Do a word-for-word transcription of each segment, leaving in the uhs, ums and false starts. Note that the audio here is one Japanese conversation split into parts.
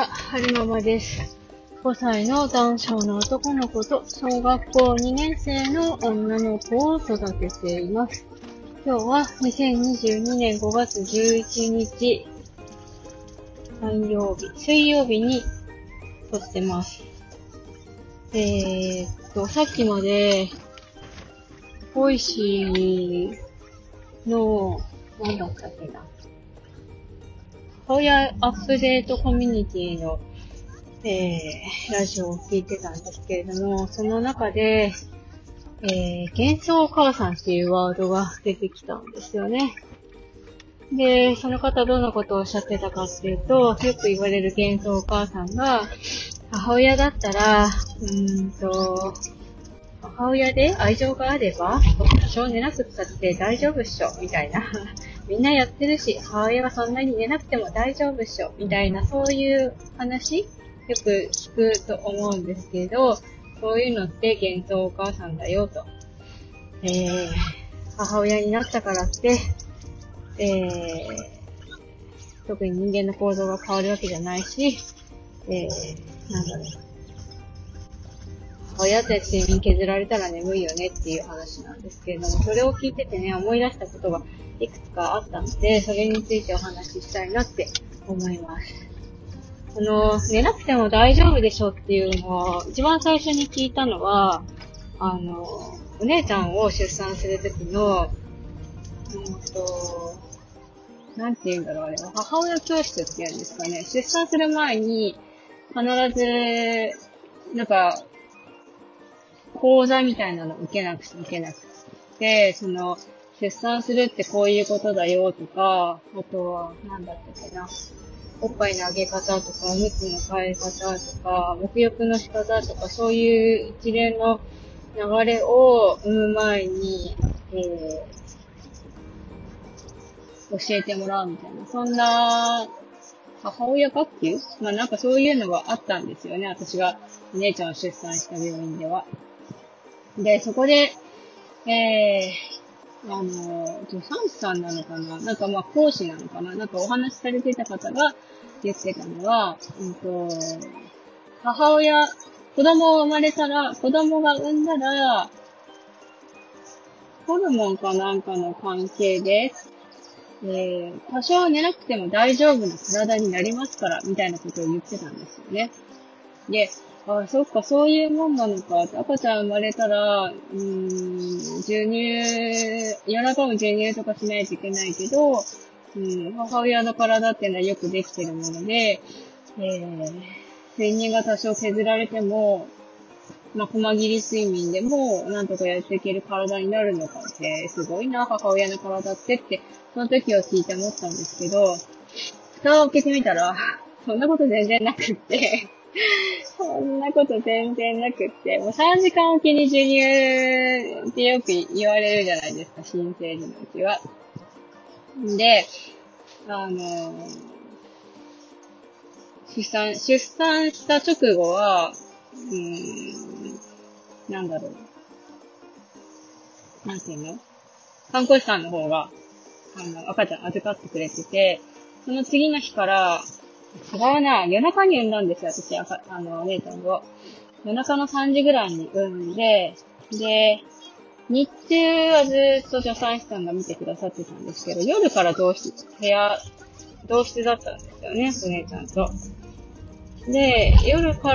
はるままです。ごさいの男性の男の子と小学校にねん生の女の子を育てています。今日はにせんにじゅうにねんごがつじゅういちにち、何曜日、水曜日に撮ってます。えーっと、さっきまで、ボイシーの、なんだったっけな。母親アップデートコミュニティの、えー、ラジオを聞いてたんですけれども、その中で、えー、幻想お母さんっていうワードが出てきたんですよね。で、その方どんなことをおっしゃってたかっていうと、よく言われる幻想お母さんが、母親だったら、うーんと、母親で愛情があれば、多少寝なくったって大丈夫っしょ、みたいな。みんなやってるし、母親がそんなに寝なくても大丈夫っしょ、みたいな、そういう話、よく聞くと思うんですけど、そういうのって幻想お母さんだよと。えー、母親になったからって、えー、特に人間の行動が変わるわけじゃないし、えー、なんだろう。母親って睡眠削られたら眠いよねっていう話なんですけれども、それを聞いててね、思い出したことがいくつかあったので、それについてお話ししたいなって思います。あの、寝なくても大丈夫でしょっていうのを、一番最初に聞いたのは、あの、お姉ちゃんを出産するときの、うんと、なんて言うんだろう、あれは、母親教室って言うんですかね。出産する前に、必ず、なんか、講座みたいなの受けなくちゃいけなくて、その、出産するってこういうことだよとか、あとは、なんだったっけな。おっぱいのあげ方とか、おむつの替え方とか、沐浴の仕方とか、そういう一連の流れを産む前に、えー、教えてもらうみたいな。そんな、母親学級まあなんかそういうのがあったんですよね。私がお姉ちゃんを出産した病院では。で、そこで、えー、あの、助産師さんなのかななんかまあ講師なのかななんかお話しされてた方が言ってたのは、うんと、母親、子供生まれたら、子供が産んだら、ホルモンかなんかの関係で、えー、多少寝なくても大丈夫な体になりますから、みたいなことを言ってたんですよね。で、ああ、そっか、そういうもんなのか。赤ちゃん生まれたら、うーん、授乳、夜中も授乳とかしないといけないけど、うん、母親の体っていうのはよくできてるもので、えー、睡眠が多少削られても、まあ、細切り睡眠でも、なんとかやっていける体になるのかって、すごいな、母親の体ってって、その時を聞いて思ったんですけど、蓋を開けてみたら、そんなこと全然なくって、そんなこと全然なくって、もうさんじかんおきに授乳ってよく言われるじゃないですか、新生児のうちは。で、あの、出産、出産した直後は、うーん、なんだろう。なんていうの看護師さんの方が、あの、赤ちゃん預かってくれてて、その次の日から、違うな、夜中に産んだんですよ、私、赤、あの、お姉ちゃんを。夜中のさんじぐらいに産んで、で、日中はずっと助産師さんが見てくださってたんですけど、夜から同室、部屋、同室だったんですよね、お姉ちゃんと。で、夜から、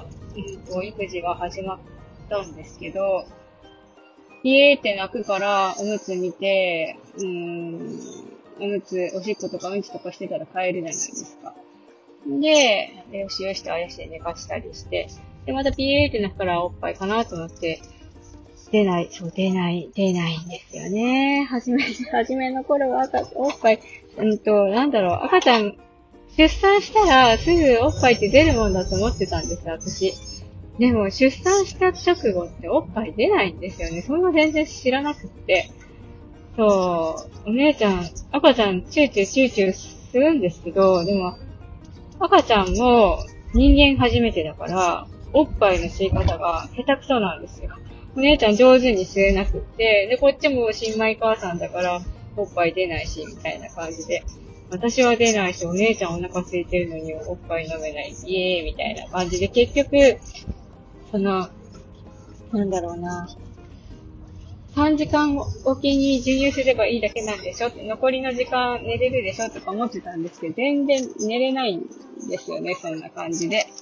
うんと、育児が始まったんですけど、ピエーって泣くから、おむつ見て、うーん、おむつ、おしっことかうんちとかしてたら帰るじゃないですか。で、よしよしとあやして寝かしたりして、で、またピエーって泣くからおっぱいかなと思って、出ない、そう、出ない、出ないんですよね。はじめ、はじめの頃は赤、おっぱい、うんと、なんだろう、赤ちゃん、出産したらすぐおっぱいって出るもんだと思ってたんですよ、私。でも、出産した直後っておっぱい出ないんですよね。そんな全然知らなくって。そう、お姉ちゃん、赤ちゃん、チューチューチューチューするんですけど、でも、赤ちゃんも人間初めてだから、おっぱいの吸い方が下手くそなんですよ。お姉ちゃん上手に吸えなくって、で、こっちも新米母さんだから、おっぱい出ないし、みたいな感じで。 私は出ないし、お姉ちゃんお腹空いてるのにおっぱい飲めない。イエーイみたいな感じで、結局、その、なんだろうな。さんじかんおきに授乳すればいいだけなんでしょって、残りの時間寝れるでしょとか思ってたんですけど、全然寝れないんですよね、そんな感じで。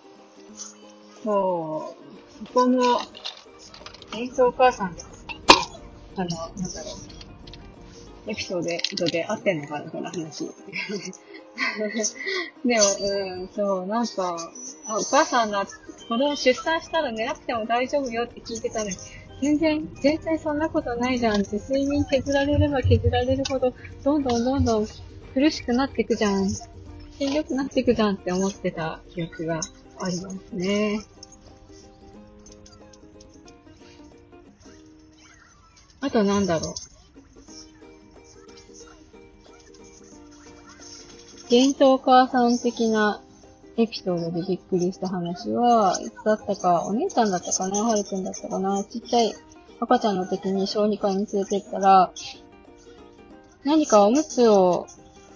そう、そこも、演奏お母さんです。あの、なんだろう。エピソードで合ってんのかな、この話。でも、うん、そう、なんか、あ、お母さんが、これを出産したら寝なくても大丈夫よって聞いてたのに、全然、全然そんなことないじゃんって、睡眠削られれば削られるほど、どんどんどんどん苦しくなっていくじゃん。しんどくなっていくじゃんって思ってた記憶がありますね。あとなんだろう。幻冬お母さん的なエピソードでびっくりした話は、いつだったか、お姉ちゃんだったかな、はるくんだったかな、ちっちゃい赤ちゃんの時に小児科に連れてったら、何かおむつを、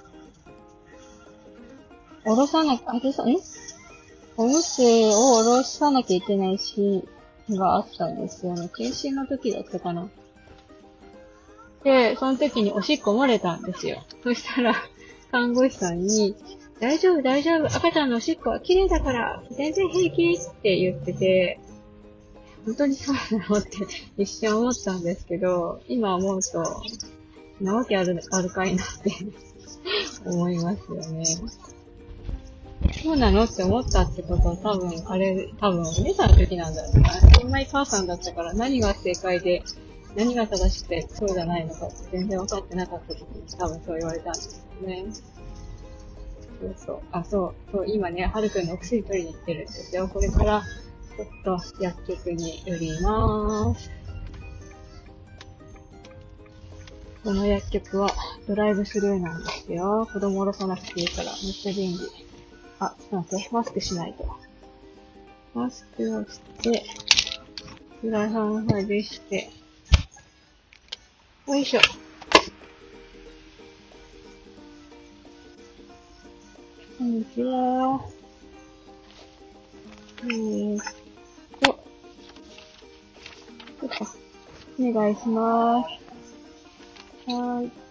おろさなきゃ、あれさ、んおむつをおろさなきゃいけない日があったんですよね。検診の時だったかな。で、その時におしっこ漏れたんですよ。そしたら、看護師さんに、大丈夫大丈夫、赤ちゃんのおしっこは綺麗だから、全然平気って言ってて、本当にそうなのって一瞬思ったんですけど、今思うと、なわけある、あるかいなって思いますよね。そうなのって思ったってことは多分、あれ、多分、お姉さんの時なんだろうな。新米母さんだったから何が正解で、何が正しくてそうじゃないのかって全然分かってなかった時に多分そう言われたんですよね。そうそう。あ、そう。そう、今ね、はるくんのお薬取りに行ってるんですよ。これから、ちょっと薬局に寄りまーす。この薬局はドライブスルーなんですよ。子供降ろさなくていいから、めっちゃ便利。あ、ちょっと待って、マスクしないと。マスクをして、フライパン外して、よいしょ。こんにちは。えーっと、よっと、お願いします。はーい。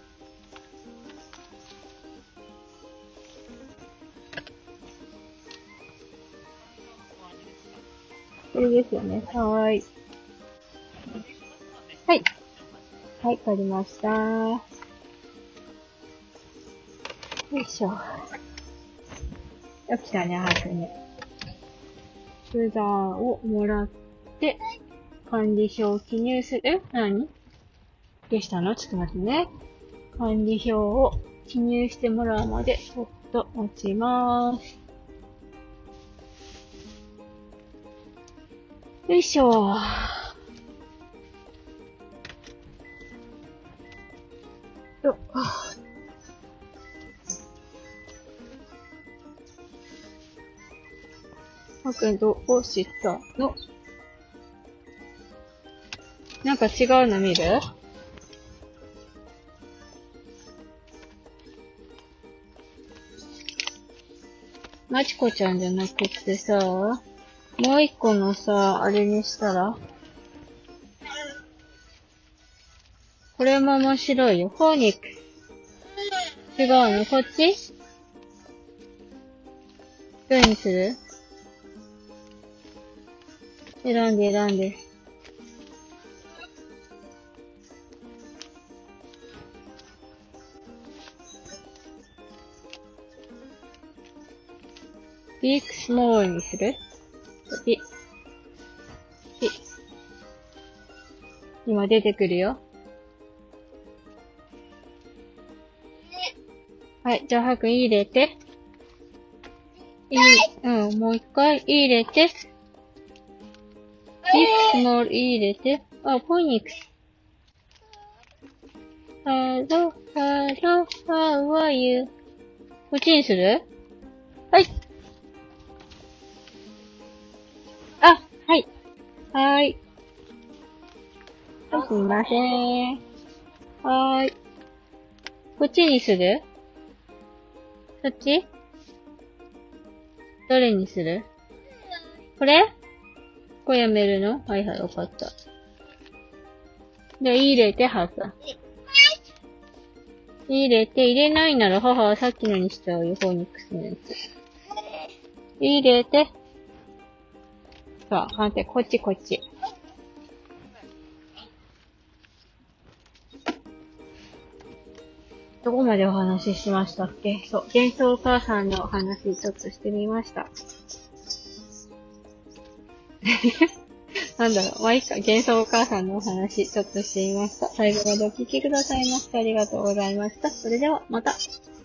これですよね。はーい。はい。はい、わかりました。よいしょ。起きたね、はくね。ユーザーをもらって、管理表を記入する。え何どうしたの？ちょっと待ってね。管理表を記入してもらうまで、ちょっと待ちまーす。よいしょー。よっ。はくんどうしたの？なんか違うの見る？まちこちゃんじゃなくってさ、もう一個のさ、あれにしたら？これも面白いよ。フォーニックス。違うの？こっち？どれにする？選んで選んで。ビッグスモールにする？ピピ今出てくるよ。はい、じゃあ、はくん入れて。いい、うん、もう一回入れて。ビッグスモール入れて。あ、ポニックス。Hello, hello, how are you? こっちにする？はい。あ、はい。はーい。すみません。はーい。こっちにする？ そっち？どれにする？これ？これやめるの？はいはい、わかった。じゃあ、入れて、母さん。入れて、入れないなら母はさっきのにしちゃうよ、フォーニックスのやつ。入れて。さあ、反対、こっちこっち。どこまでお話ししましたっけ？そう、幻想お母さんのお話ちょっとしてみました。なんだろう、まあ、いいか、幻想お母さんのお話ちょっとしてみました。最後までお聞きくださいましてありがとうございました。それでは、また。